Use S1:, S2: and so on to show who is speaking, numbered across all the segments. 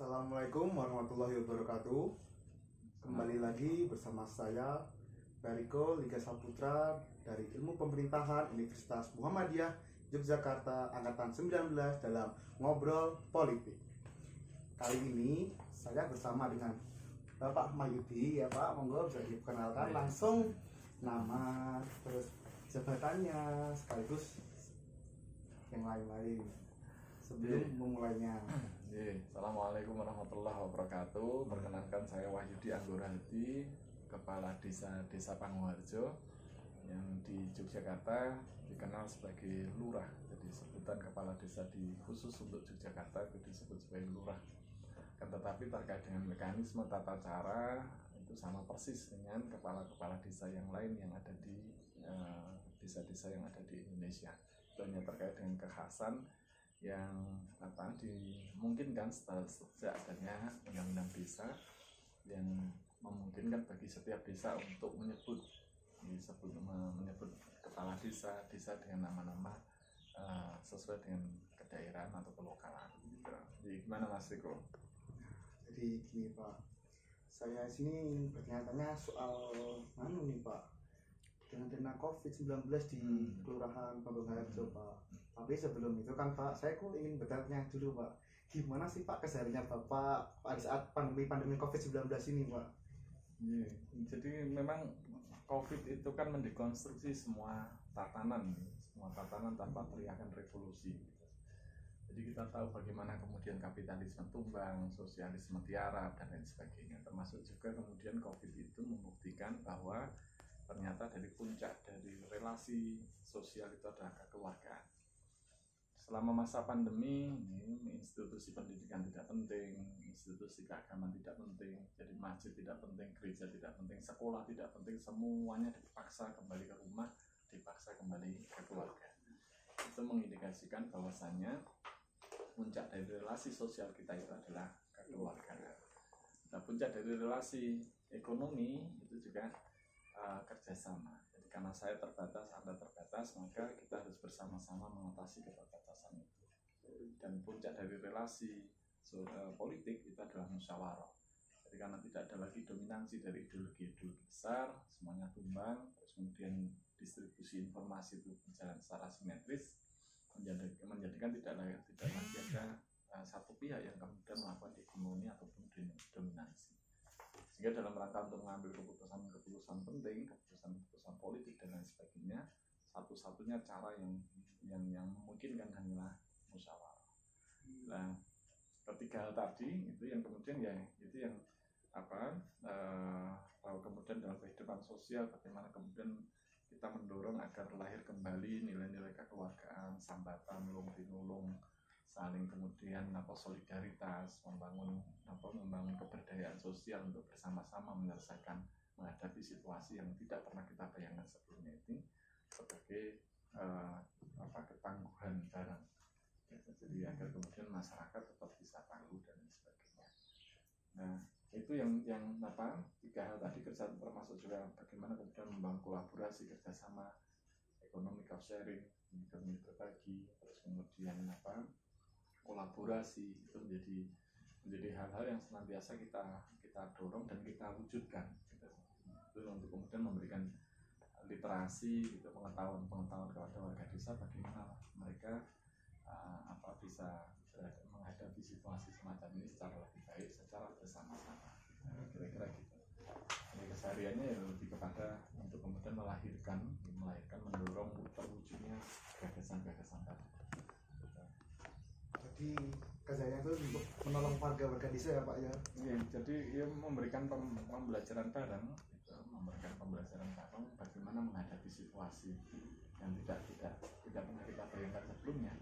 S1: Assalamualaikum warahmatullahi wabarakatuh. Kembali lagi bersama saya Bariko Liga Saputra dari Ilmu Pemerintahan Universitas Muhammadiyah Yogyakarta Angkatan 19 dalam Ngobrol Politik. Kali ini saya bersama dengan Bapak Mayudi, ya Pak, monggo bisa diperkenalkan langsung nama, terus jabatannya, sekaligus yang lain-lain sebelum memulainya.
S2: Assalamualaikum warahmatullahi wabarakatuh. Perkenalkan, saya Wahyudi Anggorahadi, Kepala Desa Panguharjo yang di Yogyakarta dikenal sebagai lurah. Jadi sebutan kepala desa khusus untuk Yogyakarta itu disebut sebagai lurah. Tetapi terkait dengan mekanisme tata cara itu sama persis dengan kepala-kepala desa yang lain yang ada di desa-desa yang ada di Indonesia. Itu hanya terkait dengan kekhasan yang dimungkinkan sejak adanya undang-undang desa yang memungkinkan bagi setiap desa untuk menyebut kepala desa dengan nama-nama sesuai dengan kedaerahan atau kelokalan. Jadi gimana Mas Riko?
S1: Jadi gini Pak, saya sini ingin bertanya-tanya soal nih Pak, dengan dana COVID-19 di Kelurahan Panguharjo Pak. Tapi sebelum itu kan Pak, saya ingin bertanya dulu Pak, gimana sih Pak kesehariannya Bapak pada saat pandemi COVID-19 ini Pak?
S2: Jadi memang COVID itu kan mendekonstruksi semua tatanan tanpa teriakan revolusi. Jadi kita tahu bagaimana kemudian kapitalisme tumbang, sosialisme tiarap, dan lain sebagainya. Termasuk juga kemudian COVID itu membuktikan bahwa ternyata dari puncak dari relasi sosial itu adalah kekeluargaan. Selama masa pandemi, institusi pendidikan tidak penting, institusi keagamaan tidak penting, jadi masjid tidak penting, gereja tidak penting, sekolah tidak penting, semuanya dipaksa kembali ke rumah, dipaksa kembali ke keluarga. Itu mengindikasikan bahwasannya puncak dari relasi sosial kita itu adalah kekeluargaan. Nah, puncak dari relasi ekonomi itu juga kerjasama. Jadi karena saya terbatas, Anda terbatas, maka kita harus bersama-sama mengatasi keterbatasan itu. Dan puncak dari relasi politik itu adalah musyawarah. Jadi karena tidak ada lagi dominansi dari ideologi-ideologi besar, semuanya tumbang, terus kemudian distribusi informasi itu berjalan secara simetris, menjadikan tidak lagi ada satu pihak yang kemudian melakukan hegemoni ataupun dominasi. Sehingga dalam rangka untuk mengambil keputusan penting, keputusan politik dan lain sebagainya, satu-satunya cara yang memungkinkan hanyalah musyawarah. Nah, ketiga hal tadi itu yang kemudian bahwa kemudian dalam kehidupan sosial bagaimana kemudian kita mendorong agar lahir kembali nilai-nilai kekeluargaan, sambatan, nulung tinulung, saling kemudian solidaritas, membangun keberdayaan sosial untuk bersama-sama menghadapi situasi yang tidak pernah kita bayangkan sebelumnya itu sebagai ketangguhan bareng. Jadi agar kemudian masyarakat tetap bisa tangguh dan sebagainya. Nah, itu yang tiga hal tadi, kerja termasuk juga bagaimana kemudian membangun kolaborasi, kerjasama, ekonomi cost sharing, ekonomi berbagi, terus kemudian kolaborasi itu menjadi hal-hal yang senantiasa kita dorong dan kita wujudkan gitu. Itu untuk kemudian memberikan literasi gitu, pengetahuan kepada warga desa bagaimana mereka bisa menghadapi situasi semacam ini secara lebih baik, secara bersama-sama. Kira-kira gitu. Jadi kesehariannya ya lebih kepada untuk kemudian mendorong terwujudnya gagasan-gagasan tadi.
S1: Jadi kerjanya itu untuk menolong warga-warga desa ya Pak ya?
S2: Iya, jadi memberikan pembelajaran bareng bagaimana menghadapi situasi yang tidak pernah kita bayangkan sebelumnya.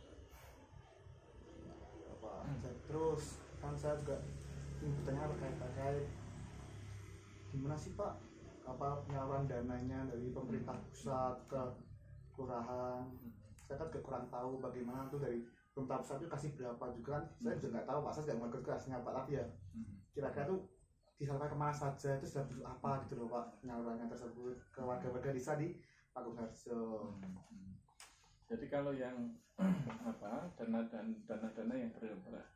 S1: Pak, terus kan saya juga ingin bertanya terkait gimana sih Pak penyaluran dananya dari pemerintah pusat ke kelurahan. Saya kan kurang tahu bagaimana tuh dari pemerintah pusat itu kasih berapa juga kan. Saya juga nggak tahu Pak, saya nggak mengerti kasihnya Pak, tapi ya kira-kira tuh disalurkan kemana saja, itu sudah bentuk apa gitu loh Pak penyalurannya tersebut ke warga-warga desa di Panguharjo.
S2: Jadi kalau yang dana yang berasal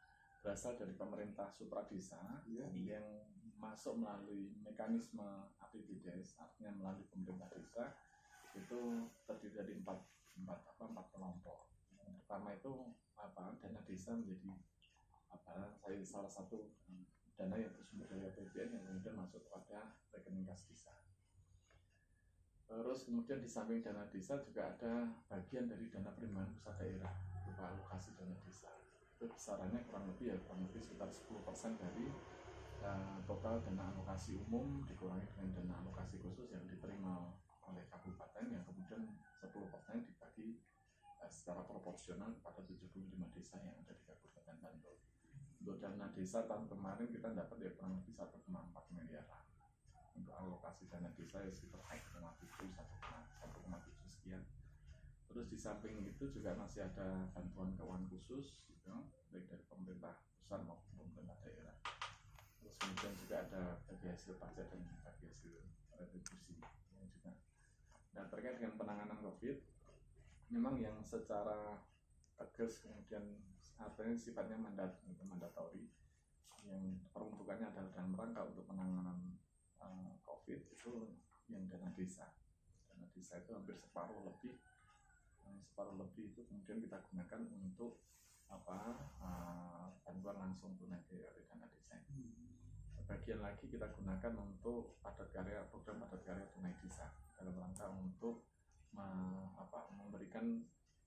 S2: berasal dari pemerintah supradesa
S1: Iya.
S2: yang masuk melalui mekanisme APBDes, artinya melalui pemerintah desa, itu terdiri dari empat kelompok. Yang pertama itu dana desa menjadi salah satu dana yang bersumber dari APBN yang kemudian masuk kepada rekening kas desa. Terus kemudian di samping dana desa juga ada bagian dari dana penerimaan pusat daerah berupa alokasi dana desa. Itu besarannya kurang lebih sekitar 10% dari total dana alokasi umum dikurangi dengan dana alokasi khusus yang diterima oleh kabupaten, yang kemudian 10% dibagi secara proporsional kepada 75 desa yang ada di Kabupaten Bantul. Untuk dana desa tahun kemarin kita dapat kurang lebih 1,4 miliar. Untuk alokasi dana desa sekitar 1,7 sekian. Terus di samping itu juga masih ada bantuan keuangan khusus gitu, baik dari pemerintah pusat maupun pemerintah daerah. Terus kemudian juga ada bagi hasil pajak dan bagi hasil retribusi yang juga. Nah, terkait dengan penanganan COVID, memang yang secara tegas kemudian artinya sifatnya mandatori, yang peruntukannya adalah dalam rangka untuk penanganan COVID itu yang dana desa. Dana desa itu hampir separuh lebih itu kemudian kita gunakan untuk bantuan langsung tunai dari dana desa. Sebagian lagi kita gunakan untuk program padat karya tunai desa dalam rangka untuk memberikan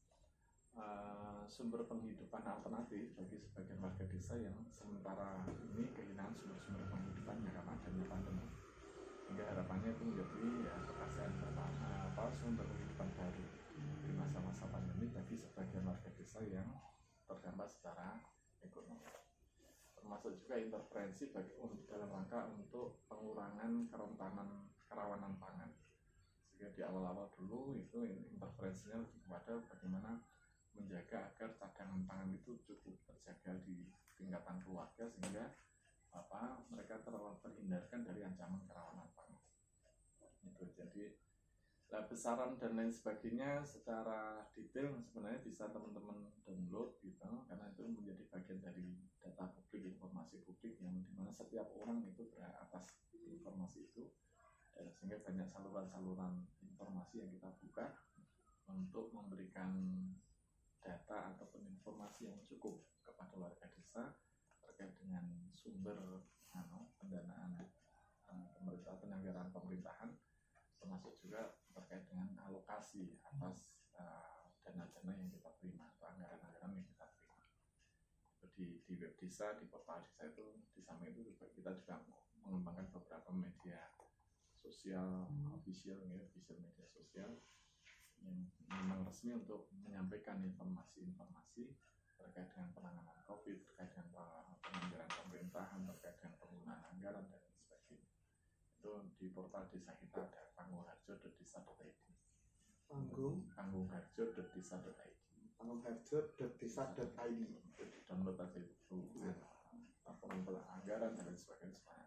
S2: sumber penghidupan alternatif bagi sebagian warga desa yang sementara ini kehilangan sumber penghidupannya karena adanya pandemi. Hingga harapannya itu menjadi kepastian sumber penghidupan baru di masa-masa pandemi bagi sebagian warga desa yang terdampak secara ekonomi. Termasuk juga intervensi dalam rangka untuk pengurangan kerawanan pangan. Sehingga di awal-awal dulu itu intervensinya lebih kepada bagaimana menjaga agar cadangan pangan itu cukup terjaga di tingkatan keluarga sehingga mereka terhindarkan dari ancaman kerawanan pangan. Itu jadi besaran dan lain sebagainya secara detail sebenarnya bisa teman-teman download gitu, karena itu menjadi bagian dari data publik, informasi publik yang dimana setiap orang itu berhak atas informasi itu, sehingga banyak saluran-saluran informasi yang kita buka untuk memberikan data ataupun informasi yang cukup kepada warga desa terkait dengan sumber pendanaan pemerintah, anggaran pemerintahan, termasuk juga terkait dengan alokasi atas dana-dana yang kita terima atau anggaran-anggaran yang kita terima. Di web desa, di portal desa itu, di samping itu juga kita juga mengembangkan beberapa media sosial official media sosial yang memang resmi untuk menyampaikan informasi-informasi terkait dengan penanganan COVID, terkait dengan penganggaran pemerintahan, terkait dengan penggunaan anggaran dan sebagainya. Itu di portal desa kita ada panggungharjo.desa.id. panggungharjo.desa.id.
S1: panggungharjo.desa.id.
S2: Download aja itu pengumpulan anggaran dan sebagainya semuanya.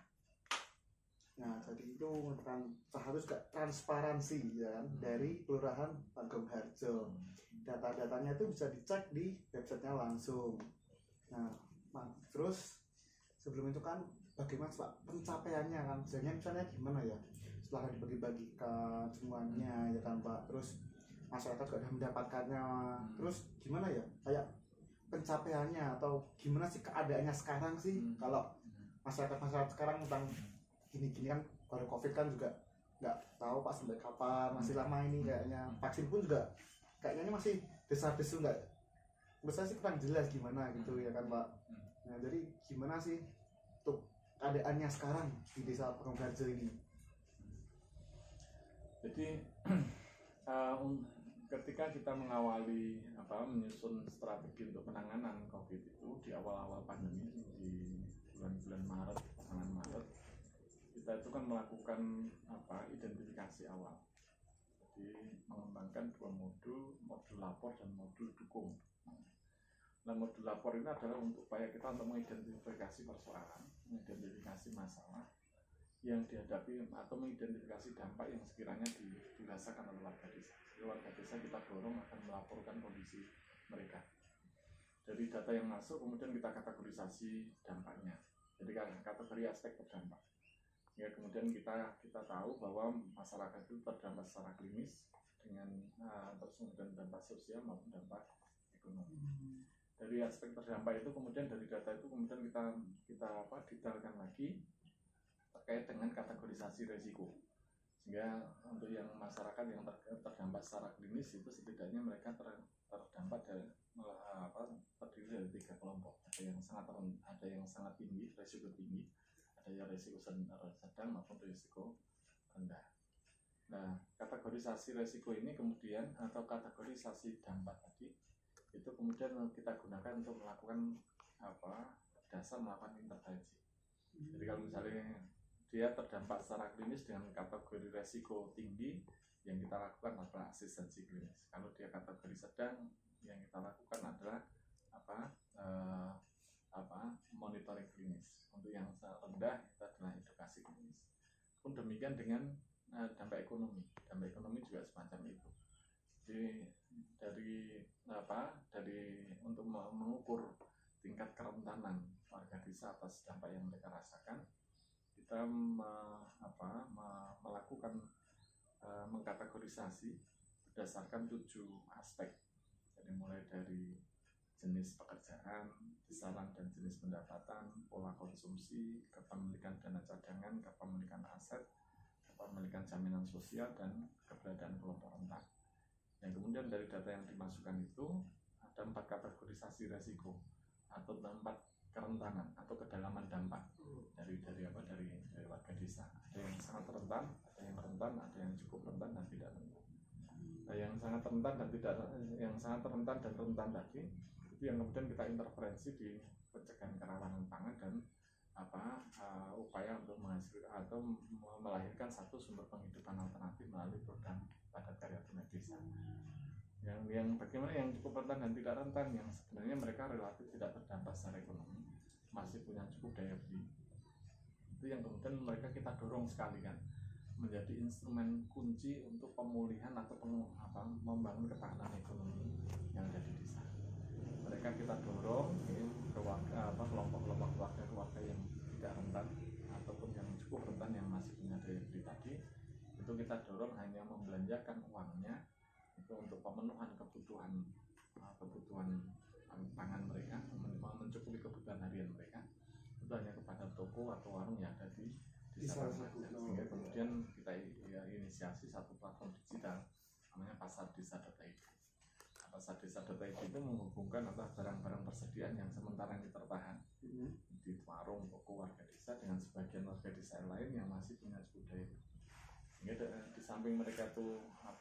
S1: Nah, jadi itu harus transparansi ya kan, dari Kelurahan Panggungharjo. Data-datanya itu bisa dicek di websitenya langsung. Nah, terus sebelum itu kan bagaimana Pak pencapaiannya kan, misalnya gimana ya setelah dibagi-bagikan semuanya ya kan Pak, terus masyarakat sudah mendapatkannya, terus gimana ya kayak pencapaiannya atau gimana sih keadaannya sekarang sih, kalau masyarakat sekarang tentang gini-gini kan, baru COVID kan juga nggak tahu Pak sampai kapan, masih lama ini kayaknya, vaksin pun juga kayaknya masih desa-desu, nggak, menurut saya sih kurang jelas gimana gitu ya kan Pak. Nah jadi gimana sih untuk keadaannya sekarang di desa Panggungharjo ini?
S2: Jadi ketika kita mengawali menyusun strategi untuk penanganan COVID itu di awal-awal pandemi di bulan-bulan Maret, pertengahan Maret, kita itu kan melakukan identifikasi awal. Jadi mengembangkan dua modul lapor dan modul dukung. Nah, modul lapor ini adalah upaya kita untuk mengidentifikasi persoalan, mengidentifikasi masalah yang dihadapi atau mengidentifikasi dampak yang sekiranya dirasakan oleh warga desa. Jadi warga desa kita dorong akan melaporkan kondisi mereka. dari data yang masuk kemudian kita kategorisasi dampaknya. Jadi kategori aspek terdampak. Ya, kemudian kita tahu bahwa masyarakat itu terdampak secara klinis dengan terus kemudian dampak sosial maupun dampak ekonomi. Dari aspek terdampak itu kemudian dari data itu kemudian kita detailkan lagi terkait dengan kategorisasi resiko. Sehingga untuk yang masyarakat yang terdampak secara klinis itu setidaknya mereka terdampak dari terdiri dari 3 kelompok. Ada yang sangat tinggi, resiko tinggi, ada yang resiko sedang maupun resiko rendah. Nah, kategorisasi resiko ini kemudian atau kategorisasi dampak tadi itu kemudian kita gunakan untuk melakukan dasar melakukan intervensi. Jadi kalau misalnya dia terdampak secara klinis dengan kategori resiko tinggi, yang kita lakukan adalah asistensi klinis. Kalau dia kategori sedang, yang kita lakukan adalah monitoring klinis. Untuk yang rendah itu adalah edukasi klinis. Pun demikian dengan dampak ekonomi. Dampak ekonomi juga semacam itu. Jadi dari untuk mengukur tingkat kerentanan warga desa atas dampak yang mereka rasakan, kita melakukan mengkategorisasi berdasarkan 7 aspek. Jadi mulai dari jenis pekerjaan, besaran dan jenis pendapatan, pola konsumsi, kepemilikan dana cadangan, kepemilikan aset, kepemilikan jaminan sosial, dan keberadaan kelompok rentan. Yang kemudian dari data yang dimasukkan itu ada 4 kategorisasi resiko atau 4 kerentanan atau kedalaman dampak dari warga desa. Ada yang sangat rentan, ada yang rentan, ada yang cukup rentan dan tidak rentan. Nah, yang sangat rentan dan rentan tadi itu yang kemudian kita intervensi di pencegahan kerawanan pangan dan upaya untuk menghasilkan atau melahirkan satu sumber penghidupan alternatif melalui program padat karya tunai desa. Yang bagaimana yang cukup rentan dan tidak rentan, yang sebenarnya mereka relatif tidak terdampak secara ekonomi, masih punya cukup daya beli. Itu yang kemudian mereka kita dorong sekali kan menjadi instrumen kunci untuk pemulihan atau membangun ketahanan ekonomi yang ada di desa. Mereka kita dorong ke kelompok-kelompok keluarga yang tidak rentan ataupun yang cukup rentan yang masih punya daya beli tadi, itu kita dorong hanya membelanjakan uangnya itu untuk pemenuhan kebutuhan pangan mereka, mencukupi kebutuhan harian mereka itu hanya kepada toko atau warung yang ada di desa saja. Sehingga kemudian kita inisiasi satu platform digital namanya pasardesa.id. Pasardesa.id itu menghubungkan antara barang-barang persediaan yang sementara ini tertahan di warung toko warga desa dengan sebagian warga desa lain yang masih punya cukup daya. Sehingga di samping mereka tuh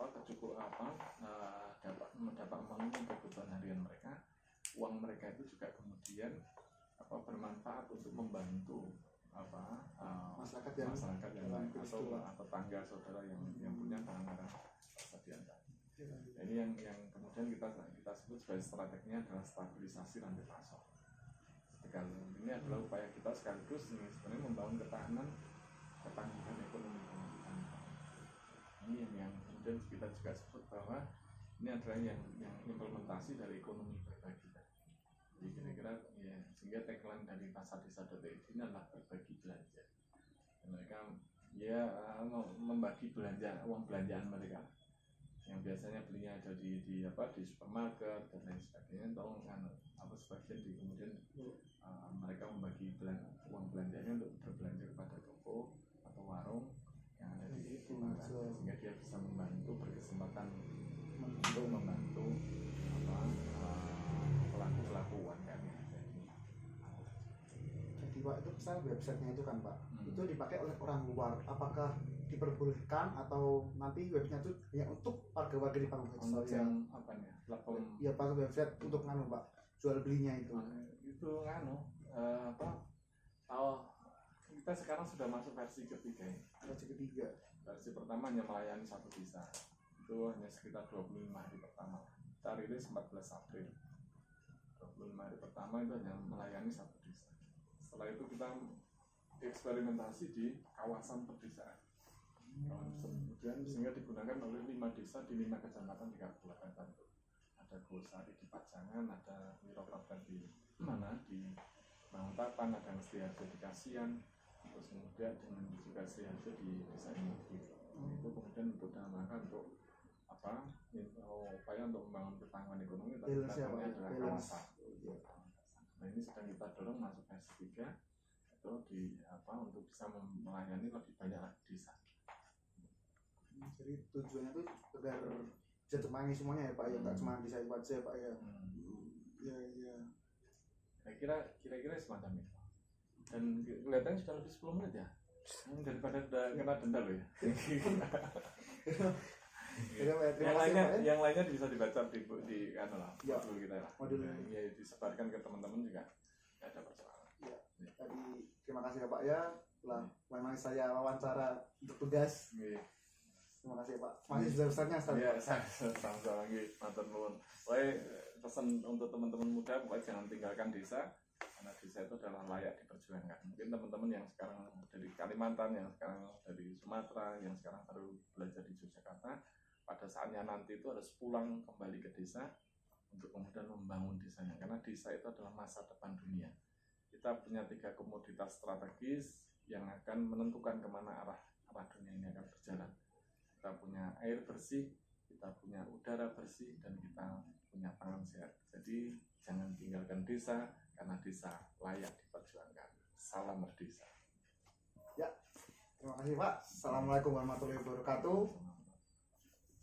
S2: dapat memenuhi kebutuhan harian mereka, uang mereka itu juga kemudian bermanfaat untuk membantu masyarakat yang lain atau tangga saudara yang punya barang-barang persediaan tadi. Ini yang kemudian kita sebut sebagai strateginya adalah stabilisasi rantai pasok. Ini adalah upaya kita sekaligus ini sebenarnya membangun ketahanan ketangguhan ekonomi. Ini yang kemudian kita juga sebut bahwa ini adalah yang implementasi dari ekonomi berbagi. Jadi kira-kira ya, sehingga tagline dari pasardesa.id ini adalah berbagi belanja. Dan mereka membagi uang belanjaan mereka yang biasanya belinya ada di supermarket dan lain sebagainya, sebagian kemudian mereka membagi uang belanjanya untuk berbelanja kepada toko atau warung yang ada di situ, sehingga dia bisa berkesempatan untuk membantu pelaku UMKM yang ada di.
S1: Jadi Pak, itu misalnya websitenya itu kan Pak, itu dipakai oleh orang luar, apakah diperbolehkan atau nanti websitenya itu hanya untuk warga-warga di Panggung
S2: Untuk yang platform
S1: ya Pak, website untuk Pak jual belinya itu
S2: kita sekarang sudah masuk versi ketiga. Versi pertama hanya melayani satu desa, itu hanya sekitar 25 hari pertama. Kita rilis 14 April. 25 hari pertama itu hanya melayani satu desa. Setelah itu kita eksperimentasi di kawasan pedesaan. Kemudian sehingga digunakan oleh 5 desa di 5 kecamatan di Kabupaten Bantul. ada Gosari di Pajangan, ada Wirokabad di mana di Manguntapan, ada Sri Harjo di Kasian, terus kemudian dengan juga Sri Harjo di Desa Imogir. Itu kemudian untuk dalam rangka untuk apa? Upaya untuk membangun ketahanan ekonomi, tapi platformnya adalah kawasan. Nah ini sedang kita dorong masuk S3 itu di apa untuk bisa melayani lebih banyak lagi desa.
S1: Jadi tujuannya itu agar bisa temangi semuanya ya Pak ya, nggak cuma desa itu aja Pak ya. Ya ya.
S2: Kira-kira semacam itu. Dan kelihatan sudah lebih 10 menit ya. Daripada udah kena denda loh ya. Yang lainnya bisa dibaca di anu lah, modul kita lah. Modul ya disebarkan ke teman-teman juga nggak ada persoalan.
S1: Ya. Tadi terima kasih ya Pak ya. Lah memang saya wawancara untuk tugas. Terima kasih Pak. Masih besar-besarnya
S2: Iya, sama-sama lagi matur nuwun. Pokoknya pesan untuk teman-teman muda, pokoknya jangan tinggalkan desa, karena desa itu adalah layak diperjuangkan. Mungkin teman-teman yang sekarang dari Kalimantan, yang sekarang dari Sumatera, yang sekarang baru belajar di Yogyakarta, pada saatnya nanti itu harus pulang kembali ke desa untuk kemudian membangun desanya, karena desa itu adalah masa depan dunia. Kita punya 3 komoditas strategis yang akan menentukan kemana arah dunia ini akan berjalan. Kita punya air bersih, kita punya udara bersih, dan kita punya pangan sehat. Jadi jangan tinggalkan desa, karena desa layak diperjuangkan. Salam Merdesa.
S1: Ya, terima kasih Pak. Assalamualaikum warahmatullahi wabarakatuh.